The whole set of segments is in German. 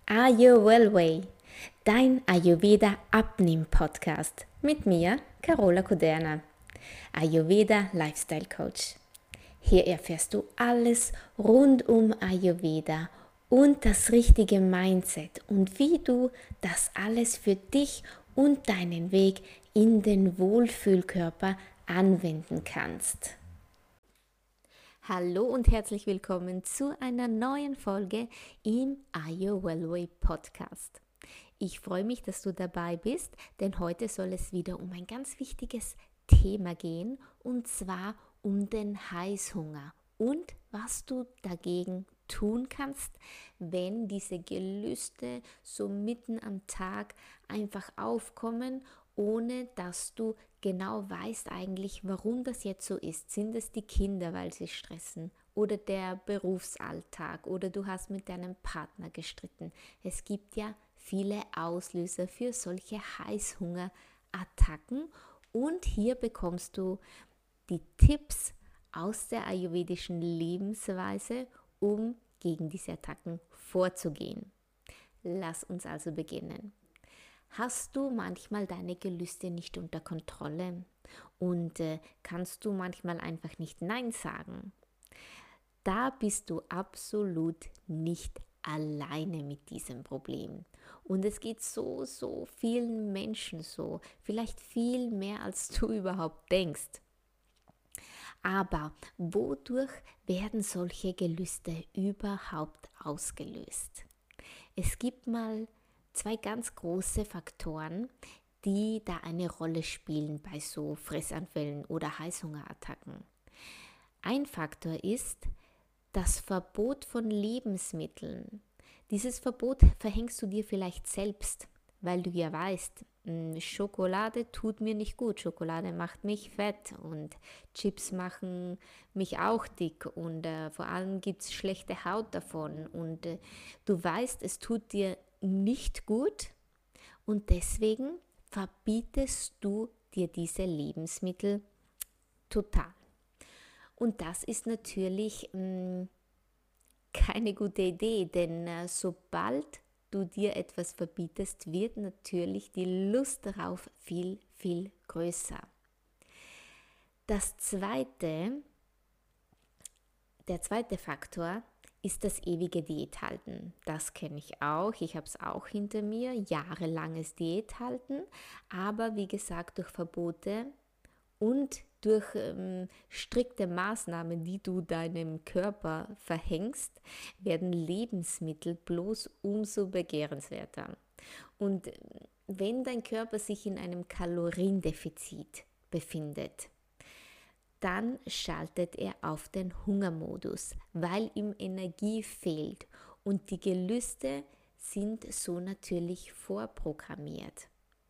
Ayurveda, dein Ayurveda Abnehm-Podcast mit mir, Carola Kuderna, Ayurveda Lifestyle Coach. Hier erfährst du alles rund um Ayurveda und das richtige Mindset und wie du das alles für dich und deinen Weg in den Wohlfühlkörper anwenden kannst. Hallo und herzlich willkommen zu einer neuen Folge im Ayurveda Podcast. Ich freue mich, dass du dabei bist, denn heute soll es wieder um ein ganz wichtiges Thema gehen, und zwar um den Heißhunger und was du dagegen tun kannst, wenn diese Gelüste so mitten am Tag einfach aufkommen, ohne dass du genau weißt eigentlich, warum das jetzt so ist. Sind es die Kinder, weil sie stressen, oder der Berufsalltag, oder du hast mit deinem Partner gestritten. Es gibt ja viele Auslöser für solche Heißhungerattacken, und hier bekommst du die Tipps aus der ayurvedischen Lebensweise, um gegen diese Attacken vorzugehen. Lass uns also beginnen. Hast du manchmal deine Gelüste nicht unter Kontrolle und kannst du manchmal einfach nicht Nein sagen? Da bist du absolut nicht alleine mit diesem Problem. Und es geht so vielen Menschen so, vielleicht viel mehr als du überhaupt denkst. Aber wodurch werden solche Gelüste überhaupt ausgelöst? Es gibt mal zwei ganz große Faktoren, die da eine Rolle spielen bei so Fressanfällen oder Heißhungerattacken. Ein Faktor ist das Verbot von Lebensmitteln. Dieses Verbot verhängst du dir vielleicht selbst, weil du ja weißt, Schokolade tut mir nicht gut, Schokolade macht mich fett und Chips machen mich auch dick, und vor allem gibt es schlechte Haut davon, und du weißt, es tut dir nicht gut, und deswegen verbietest du dir diese Lebensmittel total. Und das ist natürlich keine gute Idee, denn sobald du dir etwas verbietest, wird natürlich die Lust darauf viel größer. Der zweite Faktor ist das ewige Diäthalten. Das kenne ich auch. Ich habe es auch hinter mir, jahrelanges Diäthalten. Aber wie gesagt, durch Verbote und durch strikte Maßnahmen, die du deinem Körper verhängst, werden Lebensmittel bloß umso begehrenswerter. Und wenn dein Körper sich in einem Kaloriendefizit befindet, dann schaltet er auf den Hungermodus, weil ihm Energie fehlt, und die Gelüste sind so natürlich vorprogrammiert.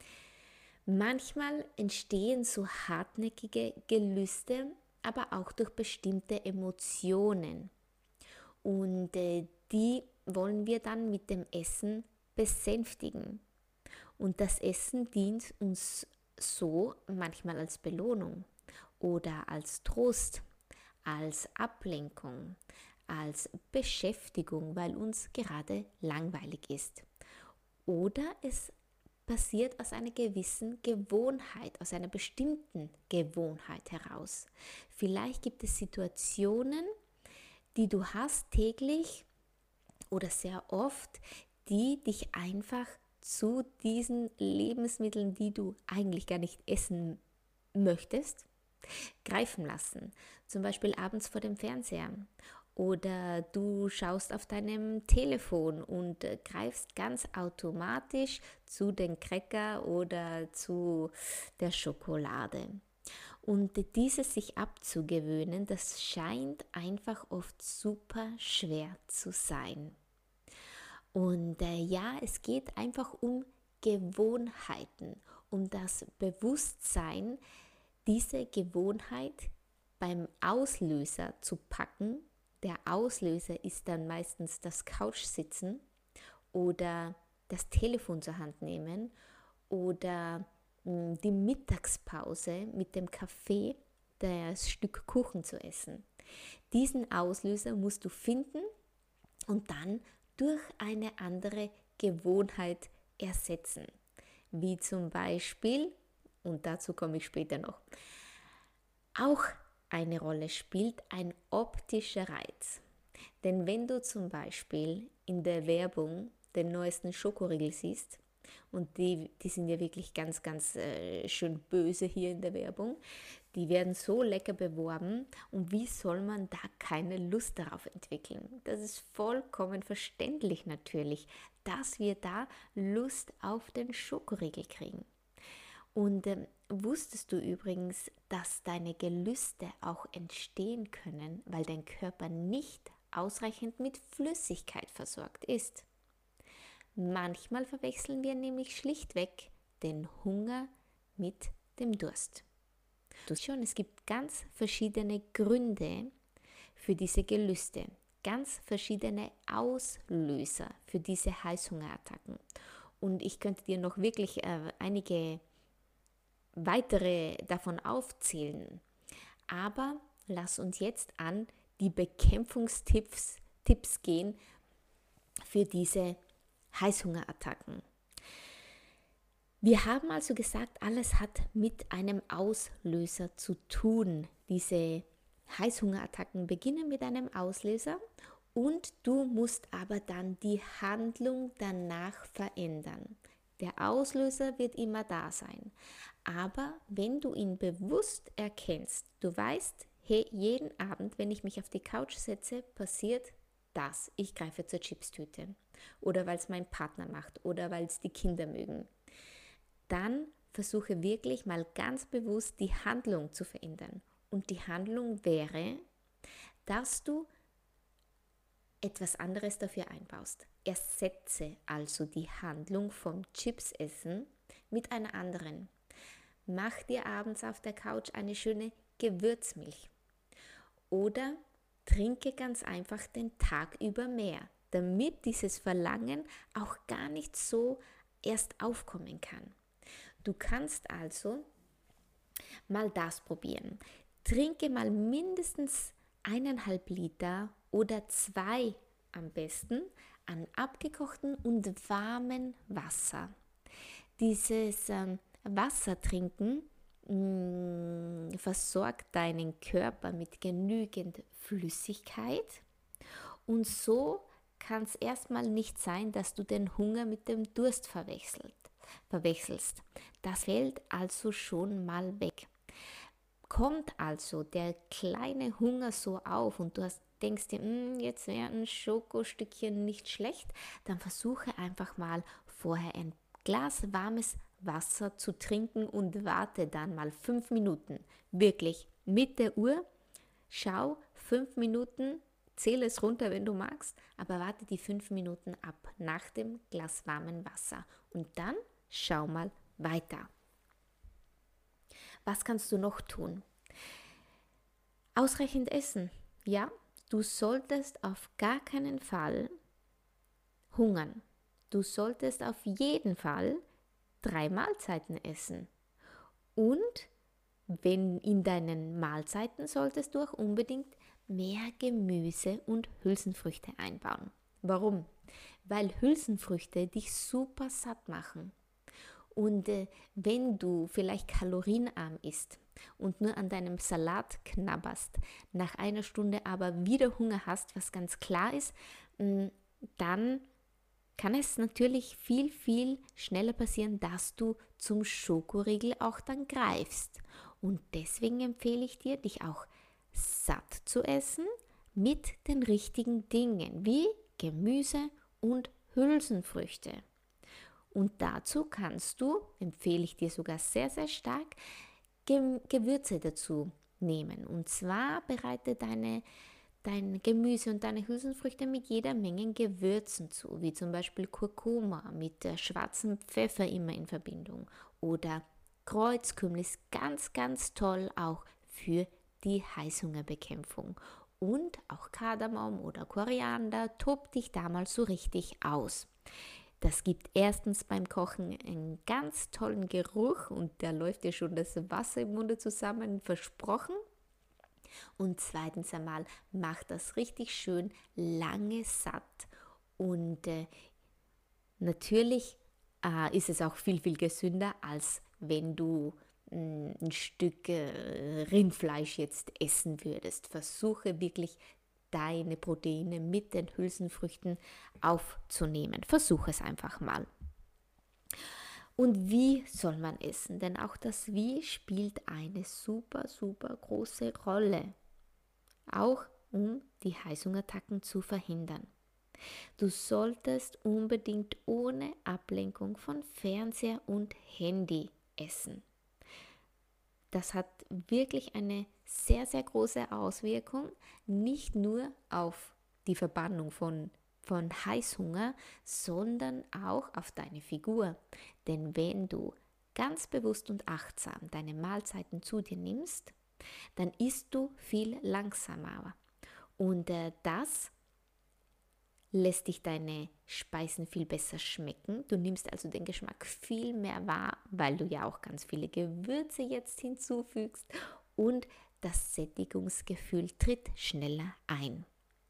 Manchmal entstehen so hartnäckige Gelüste, aber auch durch bestimmte Emotionen, und die wollen wir dann mit dem Essen besänftigen. Und das Essen dient uns so manchmal als Belohnung oder als Trost, als Ablenkung, als Beschäftigung, weil uns gerade langweilig ist. Oder es passiert aus einer gewissen Gewohnheit, aus einer bestimmten Gewohnheit heraus. Vielleicht gibt es Situationen, die du hast täglich oder sehr oft, die dich einfach zu diesen Lebensmitteln, die du eigentlich gar nicht essen möchtest, greifen lassen. Zum Beispiel abends vor dem Fernseher. Oder du schaust auf deinem Telefon und greifst ganz automatisch zu den Cracker oder zu der Schokolade. Und dieses sich abzugewöhnen, das scheint einfach oft super schwer zu sein. Und ja, es geht einfach um Gewohnheiten, um das Bewusstsein, diese Gewohnheit beim Auslöser zu packen. Der Auslöser ist dann meistens das Couchsitzen oder das Telefon zur Hand nehmen oder die Mittagspause mit dem Kaffee das Stück Kuchen zu essen. Diesen Auslöser musst du finden und dann durch eine andere Gewohnheit ersetzen. Wie zum Beispiel, und dazu komme ich später noch, auch eine Rolle spielt ein optischer Reiz. Denn wenn du zum Beispiel in der Werbung den neuesten Schokoriegel siehst, und die sind ja wirklich ganz, ganz schön böse hier in der Werbung, die werden so lecker beworben und wie soll man da keine Lust darauf entwickeln? Das ist vollkommen verständlich natürlich, dass wir da Lust auf den Schokoriegel kriegen. Und wusstest du übrigens, dass deine Gelüste auch entstehen können, weil dein Körper nicht ausreichend mit Flüssigkeit versorgt ist? Manchmal verwechseln wir nämlich schlichtweg den Hunger mit dem Durst. Du siehst schon, es gibt ganz verschiedene Gründe für diese Gelüste, ganz verschiedene Auslöser für diese Heißhungerattacken. Und ich könnte dir noch wirklich einige weitere davon aufzählen. Aber lass uns jetzt an die Bekämpfungstipps gehen für diese Heißhungerattacken. Wir haben also gesagt, alles hat mit einem Auslöser zu tun. Diese Heißhungerattacken beginnen mit einem Auslöser und du musst aber dann die Handlung danach verändern. Der Auslöser wird immer da sein. Aber wenn du ihn bewusst erkennst, du weißt, hey, jeden Abend, wenn ich mich auf die Couch setze, passiert das. Ich greife zur Chipstüte. Oder weil es mein Partner macht oder weil es die Kinder mögen. Dann versuche wirklich mal ganz bewusst die Handlung zu verändern. Und die Handlung wäre, dass du etwas anderes dafür einbaust. Ersetze also die Handlung vom Chipsessen mit einer anderen. Mach dir abends auf der Couch eine schöne Gewürzmilch. Oder trinke ganz einfach den Tag über mehr, damit dieses Verlangen auch gar nicht so erst aufkommen kann. Du kannst also mal das probieren. Trinke mal mindestens 1,5 Liter oder 2 am besten an abgekochten und warmen Wasser. Dieses Wasser trinken versorgt deinen Körper mit genügend Flüssigkeit und so kann es erstmal nicht sein, dass du den Hunger mit dem Durst verwechselst. Das fällt also schon mal weg. Kommt also der kleine Hunger so auf und du denkst dir, jetzt wäre ein Schokostückchen nicht schlecht, dann versuche einfach mal vorher ein Glas warmes Wasser zu trinken und warte dann mal 5 Minuten. Wirklich mit der Uhr, schau 5 Minuten, zähle es runter, wenn du magst, aber warte die 5 Minuten ab nach dem Glas warmen Wasser und dann schau mal weiter. Was kannst du noch tun? Ausreichend essen. Ja, du solltest auf gar keinen Fall hungern. Du solltest auf jeden Fall 3 Mahlzeiten essen. Und wenn in deinen Mahlzeiten solltest du auch unbedingt mehr Gemüse und Hülsenfrüchte einbauen. Warum? Weil Hülsenfrüchte dich super satt machen. Und wenn du vielleicht kalorienarm isst und nur an deinem Salat knabberst, nach einer Stunde aber wieder Hunger hast, was ganz klar ist, dann kann es natürlich viel, viel schneller passieren, dass du zum Schokoriegel auch dann greifst. Und deswegen empfehle ich dir, dich auch satt zu essen mit den richtigen Dingen, wie Gemüse und Hülsenfrüchte. Und dazu kannst du, empfehle ich dir sogar sehr, sehr stark, Gewürze dazu nehmen. Und zwar bereite dein Gemüse und deine Hülsenfrüchte mit jeder Menge Gewürzen zu, wie zum Beispiel Kurkuma mit schwarzem Pfeffer immer in Verbindung oder Kreuzkümmel ist ganz, ganz toll auch für die Heißhungerbekämpfung. Und auch Kardamom oder Koriander, tob dich da mal so richtig aus. Das gibt erstens beim Kochen einen ganz tollen Geruch und da läuft dir schon das Wasser im Munde zusammen, versprochen. Und zweitens einmal macht das richtig schön lange satt und Natürlich ist es auch viel, viel gesünder, als wenn du ein Stück Rindfleisch jetzt essen würdest. Versuche wirklich deine Proteine mit den Hülsenfrüchten aufzunehmen. Versuche es einfach mal. Und wie soll man essen? Denn auch das Wie spielt eine super, super große Rolle. Auch um die Heißhungerattacken zu verhindern. Du solltest unbedingt ohne Ablenkung von Fernseher und Handy essen. Das hat wirklich eine sehr, sehr große Auswirkung, nicht nur auf die Verbannung von Heißhunger, sondern auch auf deine Figur. Denn wenn du ganz bewusst und achtsam deine Mahlzeiten zu dir nimmst, dann isst du viel langsamer. Und das lässt dich deine Speisen viel besser schmecken. Du nimmst also den Geschmack viel mehr wahr, weil du ja auch ganz viele Gewürze jetzt hinzufügst und das Sättigungsgefühl tritt schneller ein.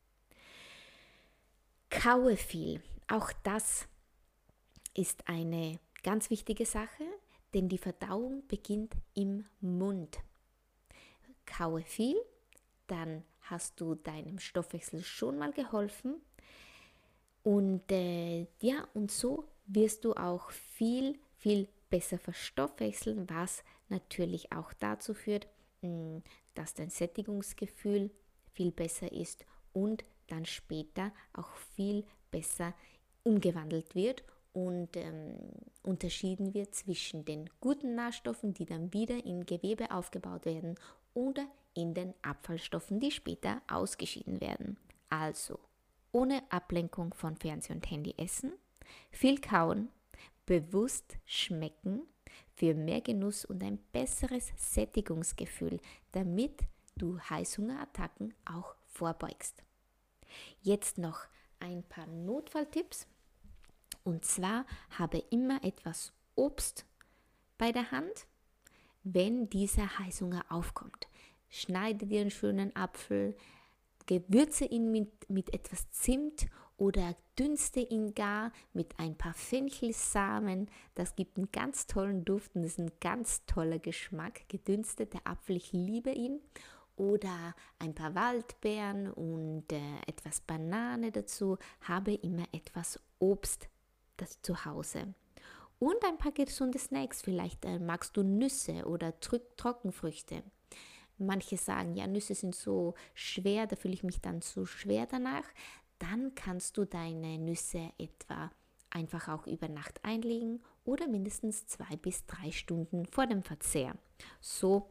Kaue viel. Auch das ist eine ganz wichtige Sache, denn die Verdauung beginnt im Mund. Kaue viel, dann hast du deinem Stoffwechsel schon mal geholfen. Und und so wirst du auch viel, viel besser verstoffwechseln, was natürlich auch dazu führt, dass dein Sättigungsgefühl viel besser ist und dann später auch viel besser umgewandelt wird und unterschieden wird zwischen den guten Nährstoffen, die dann wieder in Gewebe aufgebaut werden, oder in den Abfallstoffen, die später ausgeschieden werden. Also ohne Ablenkung von Fernseh und Handy essen, viel kauen, bewusst schmecken für mehr Genuss und ein besseres Sättigungsgefühl, damit du Heißhungerattacken auch vorbeugst. Jetzt noch ein paar Notfalltipps. Und zwar habe immer etwas Obst bei der Hand, wenn dieser Heißhunger aufkommt. Schneide dir einen schönen Apfel, gewürze ihn mit etwas Zimt oder dünste ihn gar mit ein paar Fenchelsamen. Das gibt einen ganz tollen Duft und ist ein ganz toller Geschmack. Gedünsteter Apfel, ich liebe ihn. Oder ein paar Waldbeeren und etwas Banane dazu. Habe immer etwas Obst zu Hause. Und ein paar gesunde Snacks. Vielleicht magst du Nüsse oder Trockenfrüchte. Manche sagen, ja, Nüsse sind so schwer, da fühle ich mich dann zu schwer danach. Dann kannst du deine Nüsse etwa einfach auch über Nacht einlegen oder mindestens 2 bis 3 Stunden vor dem Verzehr. So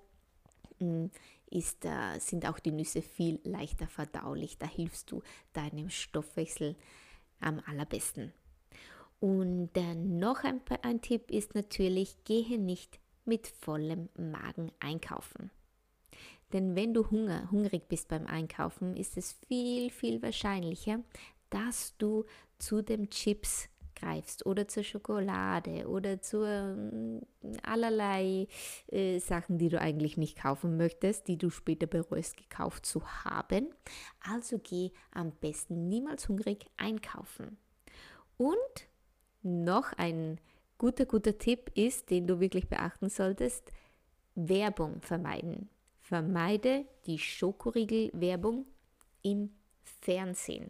sind auch die Nüsse viel leichter verdaulich. Da hilfst du deinem Stoffwechsel am allerbesten. Und noch ein Tipp ist natürlich, gehe nicht mit vollem Magen einkaufen. Denn wenn du hungrig bist beim Einkaufen, ist es viel, viel wahrscheinlicher, dass du zu den Chips greifst oder zur Schokolade oder zu allerlei Sachen, die du eigentlich nicht kaufen möchtest, die du später bereust, gekauft zu haben. Also geh am besten niemals hungrig einkaufen. Und noch ein guter Tipp ist, den du wirklich beachten solltest, Werbung vermeiden. Vermeide die Schokoriegel-Werbung im Fernsehen.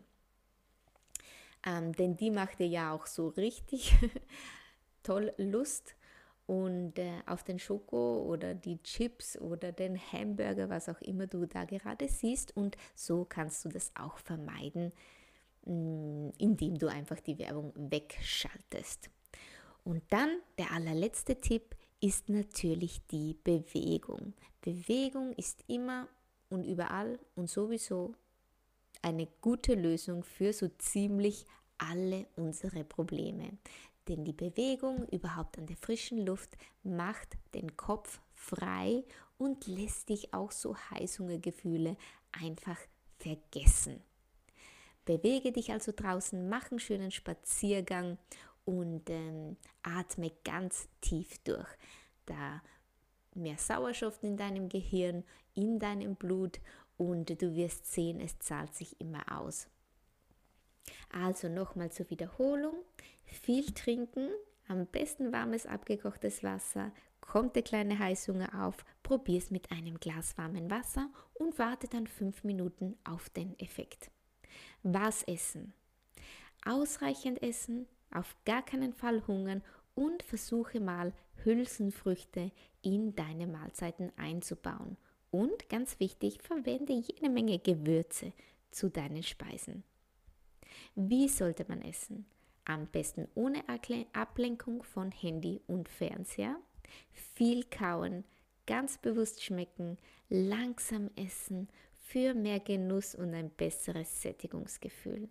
Denn die macht dir ja auch so richtig toll Lust und auf den Schoko oder die Chips oder den Hamburger, was auch immer du da gerade siehst. Und so kannst du das auch vermeiden, indem du einfach die Werbung wegschaltest. Und dann der allerletzte Tipp ist natürlich die Bewegung. Bewegung ist immer und überall und sowieso eine gute Lösung für so ziemlich alle unsere Probleme. Denn die Bewegung überhaupt an der frischen Luft macht den Kopf frei und lässt dich auch so Heißhungergefühle einfach vergessen. Bewege dich also draußen, mach einen schönen Spaziergang und atme ganz tief durch. Da mehr Sauerstoff in deinem Gehirn, in deinem Blut und du wirst sehen, es zahlt sich immer aus. Also nochmal zur Wiederholung. Viel trinken, am besten warmes, abgekochtes Wasser, kommt der kleine Heißhunger auf, probier es mit einem Glas warmen Wasser und warte dann 5 Minuten auf den Effekt. Was essen? Ausreichend essen, auf gar keinen Fall hungern und versuche mal Hülsenfrüchte in deine Mahlzeiten einzubauen. Und ganz wichtig, verwende jede Menge Gewürze zu deinen Speisen. Wie sollte man essen? Am besten ohne Ablenkung von Handy und Fernseher. Viel kauen, ganz bewusst schmecken, langsam essen für mehr Genuss und ein besseres Sättigungsgefühl.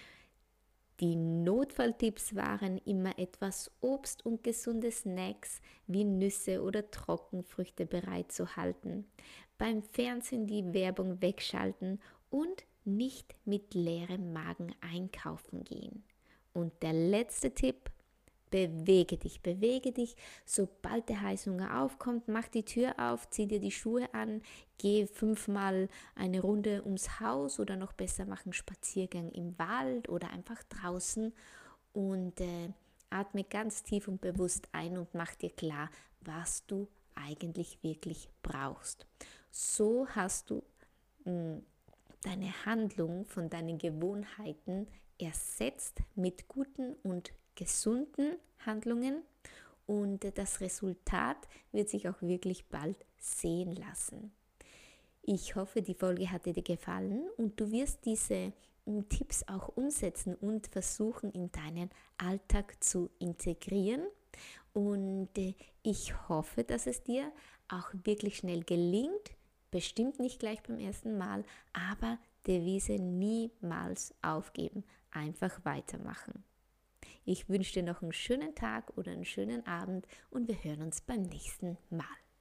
Die Notfalltipps waren immer etwas Obst und gesunde Snacks wie Nüsse oder Trockenfrüchte bereitzuhalten, beim Fernsehen die Werbung wegschalten und nicht mit leerem Magen einkaufen gehen. Und der letzte Tipp: bewege dich. Sobald der Heißhunger aufkommt, mach die Tür auf, zieh dir die Schuhe an, geh 5-mal eine Runde ums Haus oder noch besser, mach einen Spaziergang im Wald oder einfach draußen und atme ganz tief und bewusst ein und mach dir klar, was du eigentlich wirklich brauchst. So hast du deine Handlung von deinen Gewohnheiten ersetzt mit guten und gesunden Handlungen und das Resultat wird sich auch wirklich bald sehen lassen. Ich hoffe, die Folge hat dir gefallen und du wirst diese Tipps auch umsetzen und versuchen, in deinen Alltag zu integrieren. Und ich hoffe, dass es dir auch wirklich schnell gelingt. Bestimmt nicht gleich beim ersten Mal, aber Devise: niemals aufgeben, einfach weitermachen. Ich wünsche dir noch einen schönen Tag oder einen schönen Abend und wir hören uns beim nächsten Mal.